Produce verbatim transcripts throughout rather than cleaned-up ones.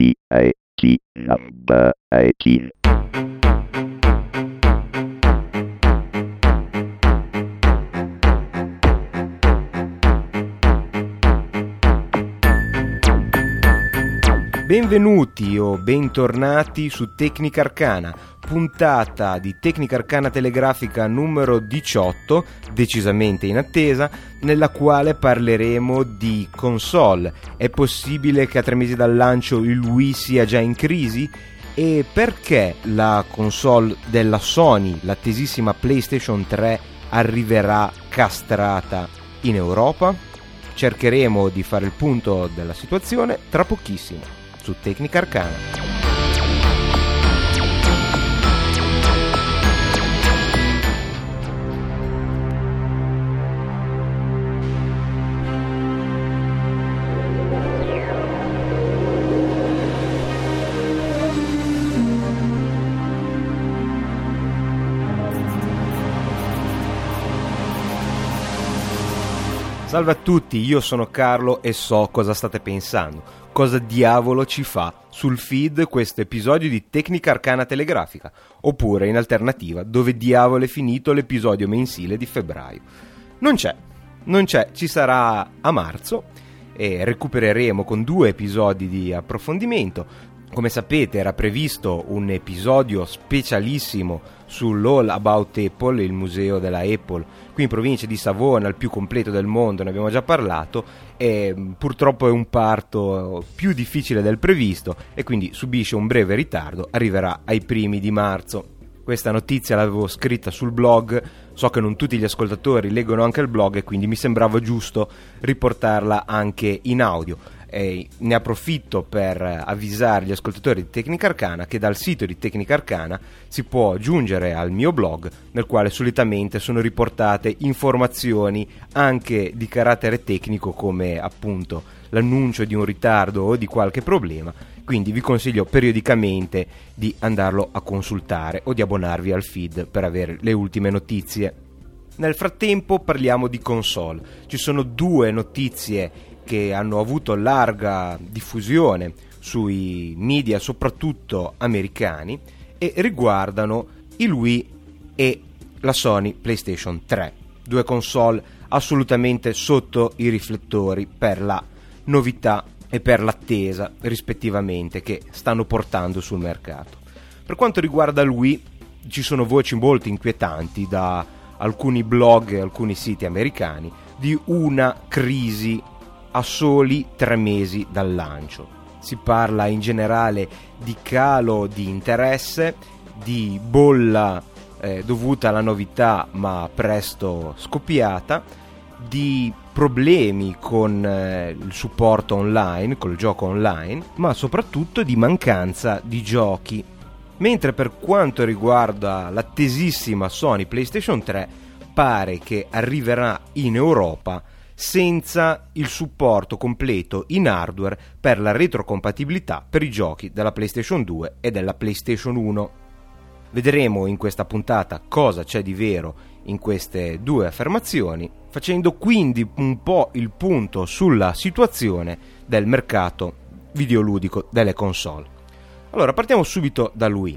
T A T number eighteen. Benvenuti o bentornati su Tecnica Arcana, puntata di Tecnica Arcana Telegrafica numero diciotto, decisamente in attesa, nella quale parleremo di console. È possibile che a tre mesi dal lancio il Wii sia già in crisi? E perché la console della Sony, l'attesissima PlayStation tre, arriverà castrata in Europa? Cercheremo di fare il punto della situazione tra pochissimo su Tecnica Arcana. Salve a tutti, io sono Carlo e so cosa state pensando. Cosa diavolo ci fa sul feed questo episodio di Tecnica Arcana Telegrafica? Oppure, in alternativa, dove diavolo è finito l'episodio mensile di febbraio? Non c'è, non c'è, ci sarà a marzo e recupereremo con due episodi di approfondimento. Come sapete era previsto un episodio specialissimo sull'All About Apple, il museo della Apple, qui in provincia di Savona, il più completo del mondo, ne abbiamo già parlato, e purtroppo è un parto più difficile del previsto e quindi subisce un breve ritardo, arriverà ai primi di marzo. Questa notizia l'avevo scritta sul blog, so che non tutti gli ascoltatori leggono anche il blog e quindi mi sembrava giusto riportarla anche in audio. E ne approfitto per avvisare gli ascoltatori di Tecnica Arcana che dal sito di Tecnica Arcana si può giungere al mio blog, nel quale solitamente sono riportate informazioni anche di carattere tecnico, come appunto l'annuncio di un ritardo o di qualche problema, quindi vi consiglio periodicamente di andarlo a consultare o di abbonarvi al feed per avere le ultime notizie. Nel frattempo parliamo di console. Ci sono due notizie che hanno avuto larga diffusione sui media, soprattutto americani, e riguardano il Wii e la Sony PlayStation tre, due console assolutamente sotto i riflettori per la novità e per l'attesa rispettivamente che stanno portando sul mercato. Per quanto riguarda il Wii, ci sono voci molto inquietanti da alcuni blog e alcuni siti americani di una crisi a soli tre mesi dal lancio. Si parla in generale di calo di interesse, di bolla eh, dovuta alla novità ma presto scoppiata, di problemi con eh, il supporto online, col gioco online, ma soprattutto di mancanza di giochi. Mentre per quanto riguarda l'attesissima Sony PlayStation tre, pare che arriverà in Europa senza il supporto completo in hardware per la retrocompatibilità per i giochi della PlayStation due e della PlayStation uno. Vedremo in questa puntata cosa c'è di vero in queste due affermazioni, facendo quindi un po' il punto sulla situazione del mercato videoludico delle console. Allora, partiamo subito dal Wii.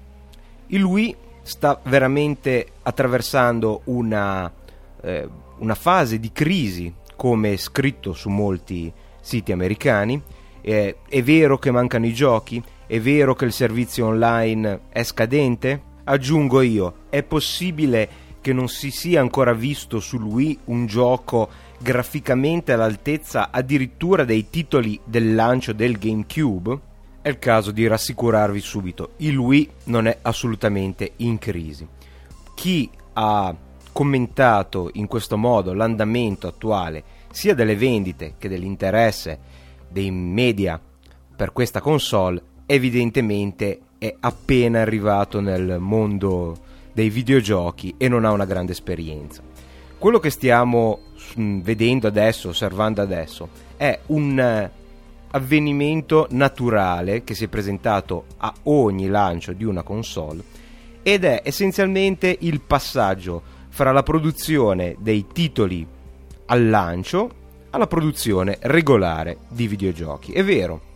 Il Wii sta veramente attraversando una eh, una fase di crisi, come scritto su molti siti americani. Eh, è vero che mancano i giochi? È vero che il servizio online è scadente? Aggiungo io, è possibile che non si sia ancora visto sul Wii un gioco graficamente all'altezza addirittura dei titoli del lancio del GameCube? È il caso di rassicurarvi subito, il Wii non è assolutamente in crisi. Chi ha commentato in questo modo l'andamento attuale sia delle vendite che dell'interesse dei media per questa console evidentemente è appena arrivato nel mondo dei videogiochi e non ha una grande esperienza. Quello che stiamo vedendo adesso, osservando adesso, è un avvenimento naturale che si è presentato a ogni lancio di una console ed è essenzialmente il passaggio fra la produzione dei titoli al lancio alla produzione regolare di videogiochi. È vero,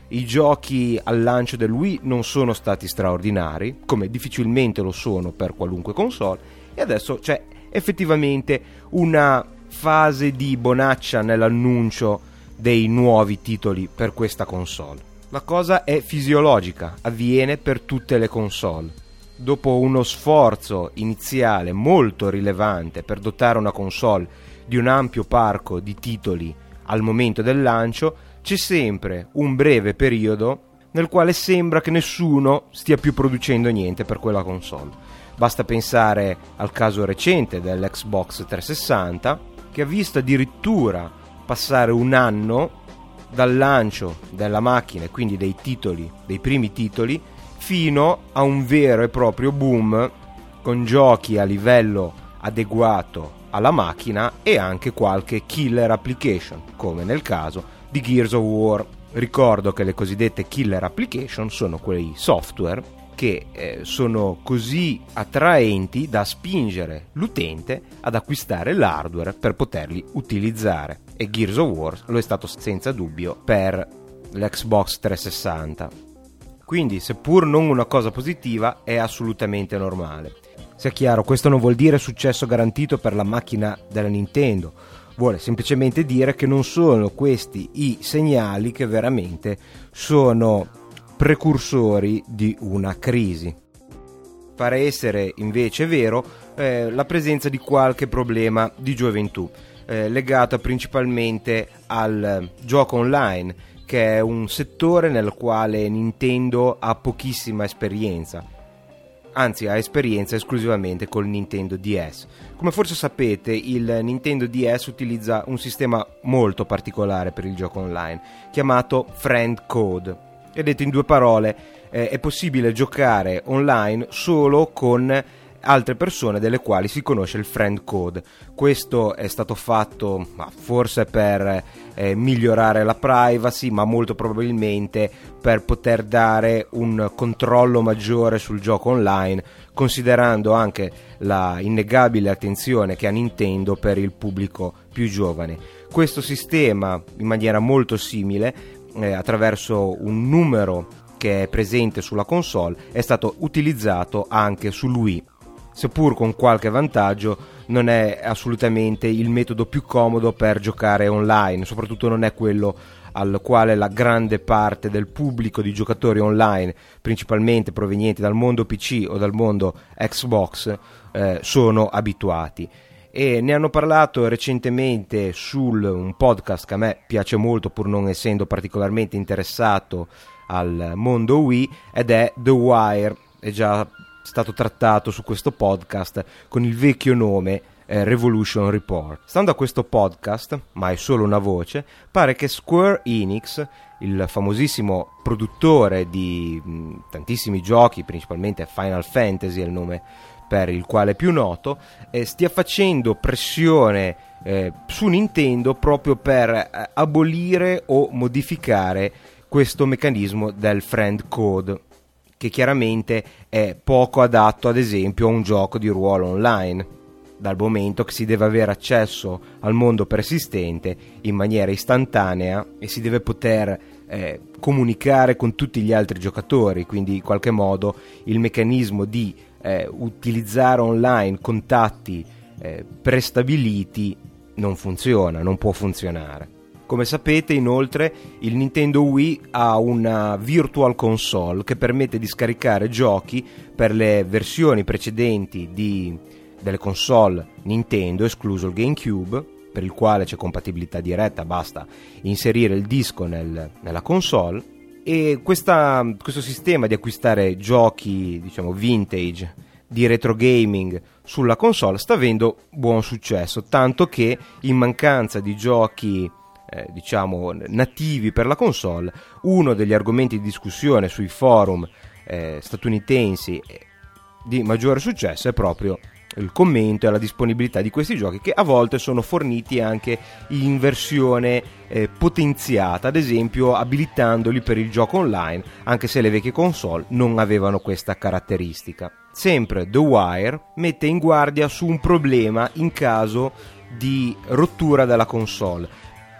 I giochi al lancio del Wii non sono stati straordinari, come difficilmente lo sono per qualunque console, e adesso c'è effettivamente una fase di bonaccia nell'annuncio dei nuovi titoli per questa console. La cosa è fisiologica, avviene per tutte le console. Dopo uno sforzo iniziale molto rilevante per dotare una console di un ampio parco di titoli al momento del lancio, c'è sempre un breve periodo nel quale sembra che nessuno stia più producendo niente per quella console. Basta pensare al caso recente dell'Xbox trecentosessanta, che ha visto addirittura passare un anno dal lancio della macchina e quindi dei titoli, dei primi titoli, fino a un vero e proprio boom con giochi a livello adeguato alla macchina e anche qualche killer application, come nel caso di Gears of War. Ricordo che le cosiddette killer application sono quei software che eh, sono così attraenti da spingere l'utente ad acquistare l'hardware per poterli utilizzare, e Gears of War lo è stato senza dubbio per l'Xbox trecentosessanta. Quindi, seppur non una cosa positiva, è assolutamente normale. Sia chiaro, questo non vuol dire successo garantito per la macchina della Nintendo, vuole semplicemente dire che non sono questi i segnali che veramente sono precursori di una crisi. Pare essere invece vero eh, la presenza di qualche problema di gioventù, eh, legata principalmente al gioco online, che è un settore nel quale Nintendo ha pochissima esperienza. Anzi, ha esperienza esclusivamente col Nintendo D S. Come forse sapete, il Nintendo D S utilizza un sistema molto particolare per il gioco online, chiamato Friend Code. E detto in due parole, eh, è possibile giocare online solo con altre persone delle quali si conosce il friend code. Questo è stato fatto ma forse per eh, migliorare la privacy, ma molto probabilmente per poter dare un controllo maggiore sul gioco online, considerando anche la innegabile attenzione che ha Nintendo per il pubblico più giovane. Questo sistema, in maniera molto simile, eh, attraverso un numero che è presente sulla console, è stato utilizzato anche sul Wii. Seppur con qualche vantaggio, non è assolutamente il metodo più comodo per giocare online, soprattutto non è quello al quale la grande parte del pubblico di giocatori online, principalmente provenienti dal mondo P C o dal mondo Xbox, eh, sono abituati. E ne hanno parlato recentemente su un podcast che a me piace molto, pur non essendo particolarmente interessato al mondo Wii, ed è The Wire. È già stato trattato su questo podcast con il vecchio nome eh, Revolution Report. Stando a questo podcast, ma è solo una voce, pare che Square Enix, il famosissimo produttore di mh, tantissimi giochi, principalmente Final Fantasy è il nome per il quale è più noto, eh, stia facendo pressione eh, su Nintendo proprio per eh, abolire o modificare questo meccanismo del friend code, che chiaramente è poco adatto ad esempio a un gioco di ruolo online, dal momento che si deve avere accesso al mondo persistente in maniera istantanea e si deve poter eh, comunicare con tutti gli altri giocatori, quindi in qualche modo il meccanismo di eh, utilizzare online contatti eh, prestabiliti non funziona, non può funzionare. Come sapete, inoltre, il Nintendo Wii ha una Virtual Console che permette di scaricare giochi per le versioni precedenti di, delle console Nintendo, escluso il GameCube, per il quale c'è compatibilità diretta, basta inserire il disco nel, nella console. E questa, questo sistema di acquistare giochi, diciamo, vintage di retro gaming sulla console sta avendo buon successo, tanto che in mancanza di giochi Eh, diciamo nativi per la console, uno degli argomenti di discussione sui forum eh, statunitensi di maggiore successo è proprio il commento e la disponibilità di questi giochi, che a volte sono forniti anche in versione eh, potenziata, ad esempio abilitandoli per il gioco online, anche se le vecchie console non avevano questa caratteristica. Sempre The Wire mette in guardia su un problema in caso di rottura della console.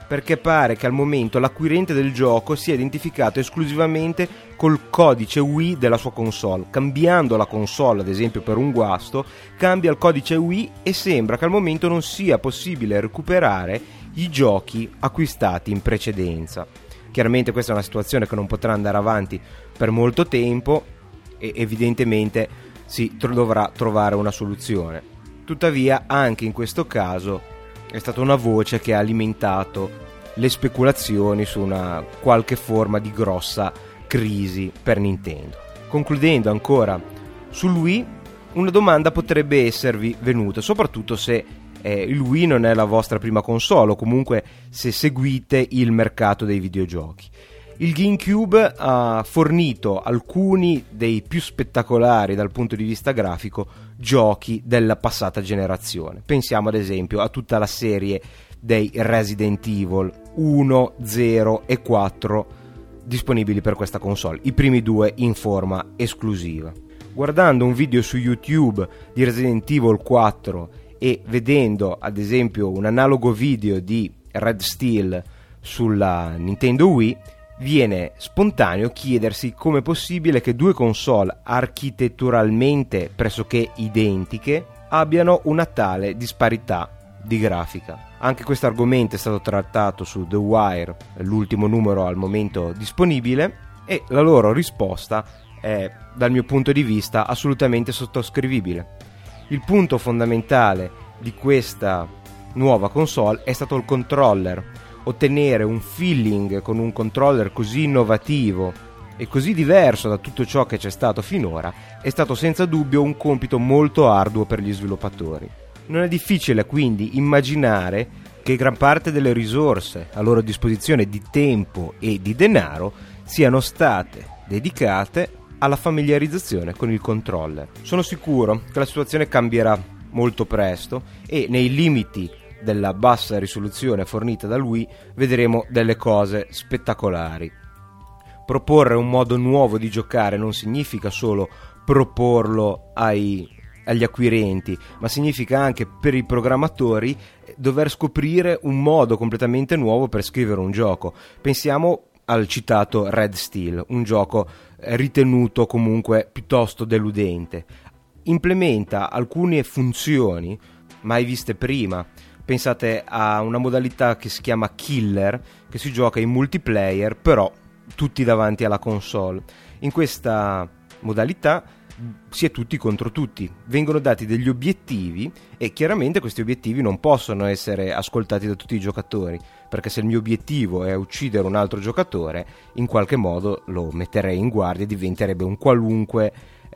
perché pare che al momento l'acquirente del gioco sia identificato esclusivamente col codice Wii della sua console. Cambiando la console, ad esempio per un guasto, cambia il codice Wii e sembra che al momento non sia possibile recuperare i giochi acquistati in precedenza. Chiaramente questa è una situazione che non potrà andare avanti per molto tempo e evidentemente si tro- dovrà trovare una soluzione. Tuttavia anche in questo caso è stata una voce che ha alimentato le speculazioni su una qualche forma di grossa crisi per Nintendo. Concludendo ancora sul Wii, una domanda potrebbe esservi venuta, soprattutto se eh, il Wii non è la vostra prima console o comunque se seguite il mercato dei videogiochi. Il GameCube ha fornito alcuni dei più spettacolari dal punto di vista grafico giochi della passata generazione. Pensiamo ad esempio a tutta la serie dei Resident Evil uno, zero e quattro disponibili per questa console, i primi due in forma esclusiva. Guardando un video su YouTube di Resident Evil quattro e vedendo ad esempio un analogo video di Red Steel sulla Nintendo Wii, viene spontaneo chiedersi come è possibile che due console architetturalmente pressoché identiche abbiano una tale disparità di grafica. Anche questo argomento è stato trattato su The Wire, l'ultimo numero al momento disponibile, e la loro risposta è, dal mio punto di vista, assolutamente sottoscrivibile. Il punto fondamentale di questa nuova console è stato il controller. Ottenere un feeling con un controller così innovativo e così diverso da tutto ciò che c'è stato finora è stato senza dubbio un compito molto arduo per gli sviluppatori. Non è difficile quindi immaginare che gran parte delle risorse a loro disposizione di tempo e di denaro siano state dedicate alla familiarizzazione con il controller. Sono sicuro che la situazione cambierà molto presto e nei limiti della bassa risoluzione fornita dal Wii vedremo delle cose spettacolari. Proporre un modo nuovo di giocare non significa solo proporlo ai, agli acquirenti, ma significa anche per i programmatori dover scoprire un modo completamente nuovo per scrivere un gioco. Pensiamo al citato Red Steel, un gioco ritenuto comunque piuttosto deludente. Implementa alcune funzioni mai viste prima. Pensate a una modalità che si chiama Killer, che si gioca in multiplayer, però tutti davanti alla console. In questa modalità si è tutti contro tutti, vengono dati degli obiettivi e chiaramente questi obiettivi non possono essere ascoltati da tutti i giocatori, perché se il mio obiettivo è uccidere un altro giocatore, in qualche modo lo metterei in guardia e diventerebbe un qualunque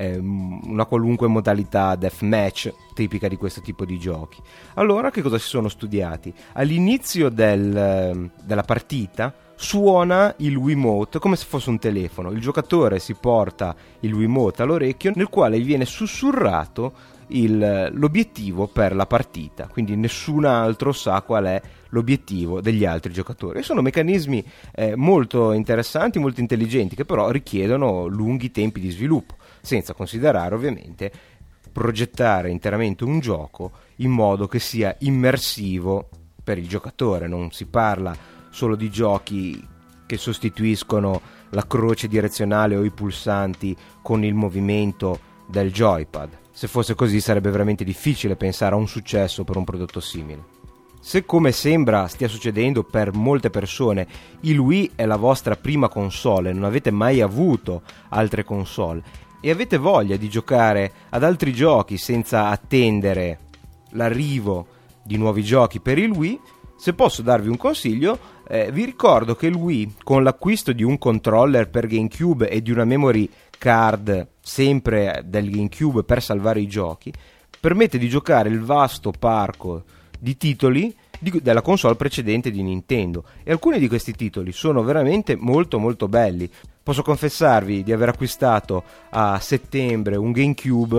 una qualunque modalità deathmatch tipica di questo tipo di giochi. Allora che cosa si sono studiati? All'inizio del, della partita suona il Wiimote come se fosse un telefono, il giocatore si porta il Wiimote all'orecchio nel quale viene sussurrato il, l'obiettivo per la partita, quindi nessun altro sa qual è l'obiettivo degli altri giocatori. E sono meccanismi eh, molto interessanti, molto intelligenti, che però richiedono lunghi tempi di sviluppo, senza considerare ovviamente progettare interamente un gioco in modo che sia immersivo per il giocatore. Non si parla solo di giochi che sostituiscono la croce direzionale o i pulsanti con il movimento del joypad. Se fosse così sarebbe veramente difficile pensare a un successo per un prodotto simile. Se, come sembra stia succedendo per molte persone, il Wii è la vostra prima console e non avete mai avuto altre console e avete voglia di giocare ad altri giochi senza attendere l'arrivo di nuovi giochi per il Wii, se posso darvi un consiglio, eh, vi ricordo che il Wii, con l'acquisto di un controller per GameCube e di una memory card sempre del GameCube per salvare i giochi, permette di giocare il vasto parco di titoli di, della console precedente di Nintendo, e alcuni di questi titoli sono veramente molto molto belli. Posso confessarvi di aver acquistato a settembre un GameCube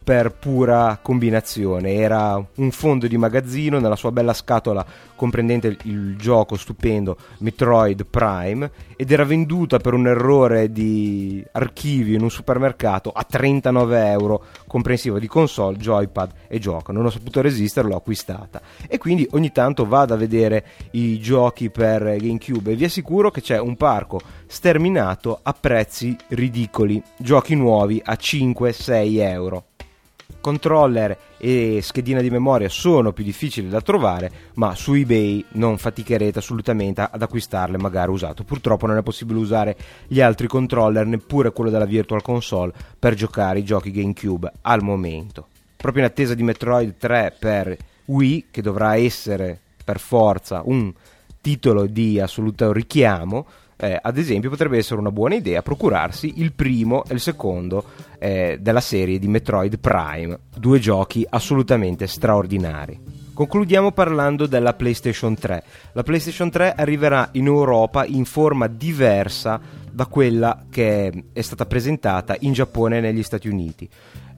per pura combinazione. Era un fondo di magazzino nella sua bella scatola comprendente il, il gioco stupendo Metroid Prime, ed era venduta per un errore di archivio in un supermercato a trentanove euro, comprensivo di console, joypad e gioco. Non ho saputo resistere, l'ho acquistata e quindi ogni tanto vado a vedere i giochi per GameCube e vi assicuro che c'è un parco sterminato a prezzi ridicoli, giochi nuovi a cinque sei euro. Controller e schedina di memoria sono più difficili da trovare, ma su eBay non faticherete assolutamente ad acquistarle magari usato. Purtroppo non è possibile usare gli altri controller, neppure quello della Virtual Console, per giocare i giochi GameCube al momento. Proprio in attesa di Metroid tre per Wii, che dovrà essere per forza un titolo di assoluto richiamo, Eh, ad esempio potrebbe essere una buona idea procurarsi il primo e il secondo eh, della serie di Metroid Prime, due giochi assolutamente straordinari. Concludiamo parlando della PlayStation tre. La PlayStation tre arriverà in Europa in forma diversa da quella che è stata presentata in Giappone e negli Stati Uniti.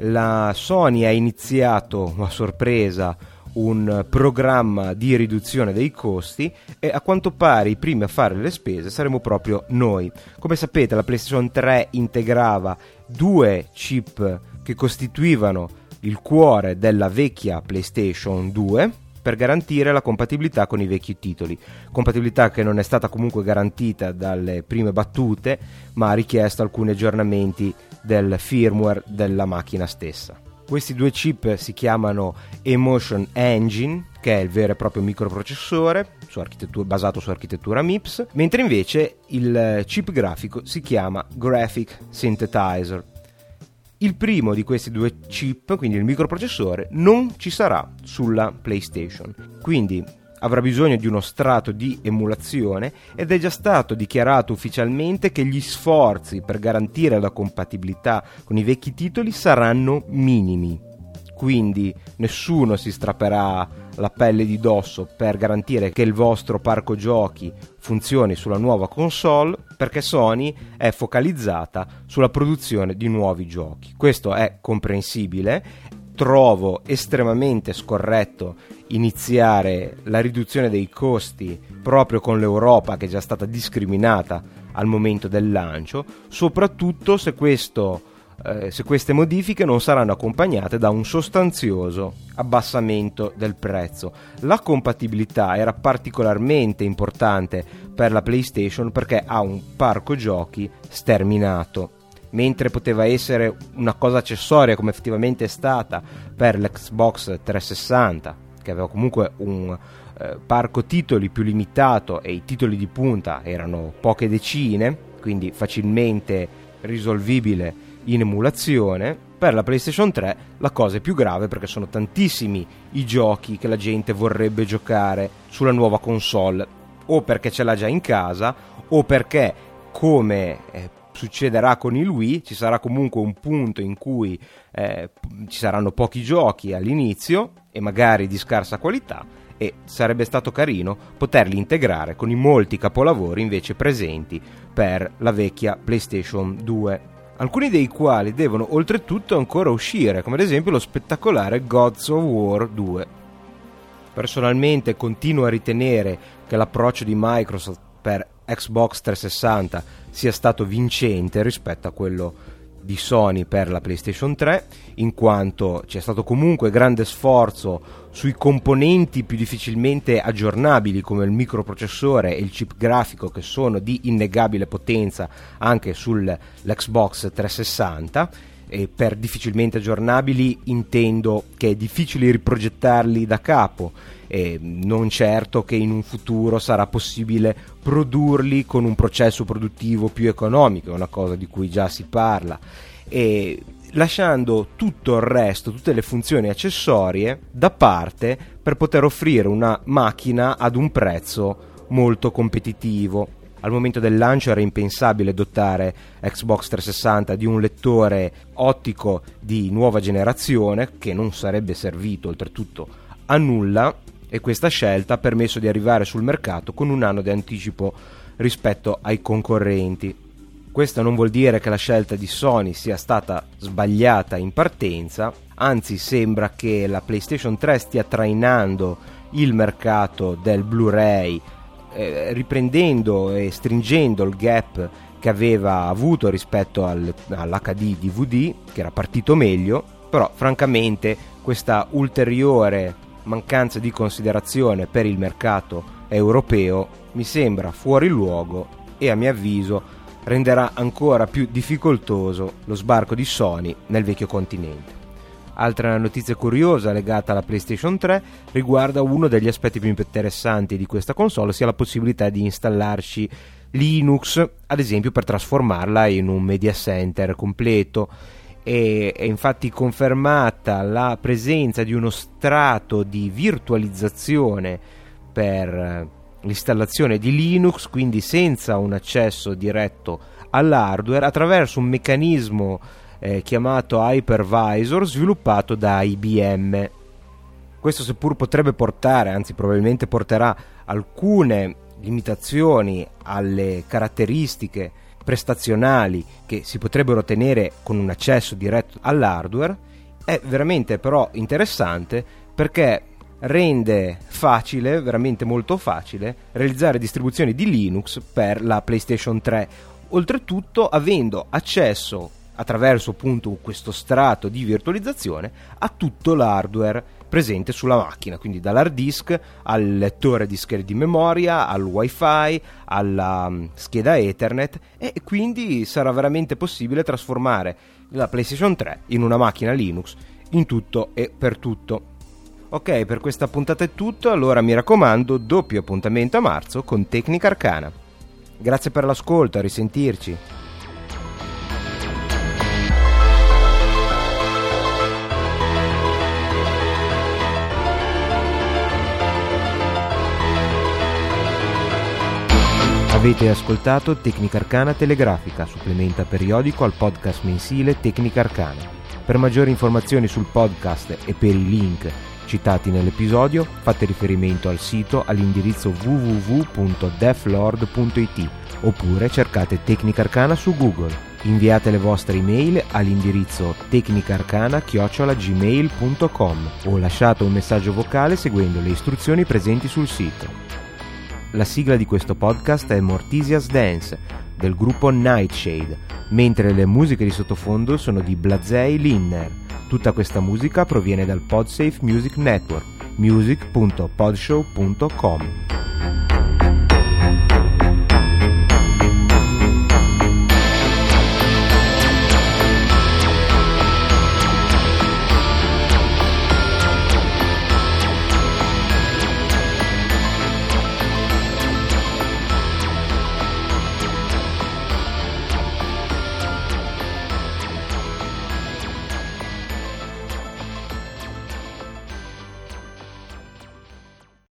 La Sony ha iniziato a sorpresa un programma di riduzione dei costi e a quanto pare i primi a fare le spese saremo proprio noi. Come sapete, la PlayStation tre integrava due chip che costituivano il cuore della vecchia PlayStation due per garantire la compatibilità con i vecchi titoli, compatibilità che non è stata comunque garantita dalle prime battute, ma ha richiesto alcuni aggiornamenti del firmware della macchina stessa. Questi due chip si chiamano Emotion Engine, che è il vero e proprio microprocessore su architettura, basato su architettura MIPS, mentre invece il chip grafico si chiama Graphic Synthesizer. Il primo di questi due chip, quindi il microprocessore, non ci sarà sulla PlayStation, quindi avrà bisogno di uno strato di emulazione ed è già stato dichiarato ufficialmente che gli sforzi per garantire la compatibilità con i vecchi titoli saranno minimi. Quindi nessuno si strapperà la pelle di dosso per garantire che il vostro parco giochi funzioni sulla nuova console, perché Sony è focalizzata sulla produzione di nuovi giochi. Questo è comprensibile. Trovo estremamente scorretto iniziare la riduzione dei costi proprio con l'Europa, che è già stata discriminata al momento del lancio, soprattutto se questo eh, se queste modifiche non saranno accompagnate da un sostanzioso abbassamento del prezzo. La compatibilità era particolarmente importante per la PlayStation perché ha un parco giochi sterminato, mentre poteva essere una cosa accessoria, come effettivamente è stata per l'Xbox trecentosessanta, che aveva comunque un eh, parco titoli più limitato e i titoli di punta erano poche decine, quindi facilmente risolvibile in emulazione. Per la PlayStation tre la cosa è più grave perché sono tantissimi i giochi che la gente vorrebbe giocare sulla nuova console, o perché ce l'ha già in casa o perché, come eh, succederà con il Wii, ci sarà comunque un punto in cui eh, ci saranno pochi giochi all'inizio e magari di scarsa qualità, e sarebbe stato carino poterli integrare con i molti capolavori invece presenti per la vecchia PlayStation due, alcuni dei quali devono oltretutto ancora uscire, come ad esempio lo spettacolare Gods of War due. Personalmente continuo a ritenere che l'approccio di Microsoft per Xbox trecentosessanta sia stato vincente rispetto a quello di Sony per la PlayStation tre, in quanto c'è stato comunque grande sforzo sui componenti più difficilmente aggiornabili come il microprocessore e il chip grafico, che sono di innegabile potenza anche sull'Xbox trecentosessanta, e per difficilmente aggiornabili intendo che è difficile riprogettarli da capo, e non certo che in un futuro sarà possibile produrli con un processo produttivo più economico, è una cosa di cui già si parla, e lasciando tutto il resto, tutte le funzioni accessorie da parte per poter offrire una macchina ad un prezzo molto competitivo. Al momento del lancio era impensabile dotare Xbox trecentosessanta di un lettore ottico di nuova generazione, che non sarebbe servito oltretutto a nulla, e questa scelta ha permesso di arrivare sul mercato con un anno di anticipo rispetto ai concorrenti. Questo non vuol dire che la scelta di Sony sia stata sbagliata in partenza, anzi sembra che la PlayStation tre stia trainando il mercato del Blu-ray, eh, riprendendo e stringendo il gap che aveva avuto rispetto al, all'H D D V D, che era partito meglio. Però francamente questa ulteriore mancanza di considerazione per il mercato europeo mi sembra fuori luogo e a mio avviso renderà ancora più difficoltoso lo sbarco di Sony nel vecchio continente. Altra notizia curiosa legata alla PlayStation tre riguarda uno degli aspetti più interessanti di questa console, ossia la possibilità di installarci Linux, ad esempio per trasformarla in un media center completo. E è infatti confermata la presenza di uno strato di virtualizzazione per l'installazione di Linux, quindi senza un accesso diretto all'hardware, attraverso un meccanismo eh, chiamato Hypervisor sviluppato da I B M. Questo, seppur potrebbe portare, anzi probabilmente porterà, alcune limitazioni alle caratteristiche prestazionali che si potrebbero ottenere con un accesso diretto all'hardware, è veramente però interessante perché rende facile, veramente molto facile, realizzare distribuzioni di Linux per la PlayStation tre, oltretutto avendo accesso attraverso appunto questo strato di virtualizzazione a tutto l'hardware presente sulla macchina, quindi dall'hard disk al lettore di schede di memoria, al wifi, alla scheda Ethernet, e quindi sarà veramente possibile trasformare la PlayStation tre in una macchina Linux in tutto e per tutto. Ok, per questa puntata è tutto, allora mi raccomando, doppio appuntamento a marzo con Tecnica Arcana. Grazie per l'ascolto, a risentirci. Avete ascoltato Tecnica Arcana Telegrafica, supplementa periodico al podcast mensile Tecnica Arcana. Per maggiori informazioni sul podcast e per i link citati nell'episodio, fate riferimento al sito all'indirizzo w w w punto deflord punto i t oppure cercate Tecnica Arcana su Google. Inviate le vostre email all'indirizzo tecnicarcana chiocciola gmail punto com o lasciate un messaggio vocale seguendo le istruzioni presenti sul sito. La sigla di questo podcast è Mortisia's Dance del gruppo Nightshade, mentre le musiche di sottofondo sono di Blazei Linner. Tutta questa musica proviene dal Podsafe Music Network, music punto podshow punto com.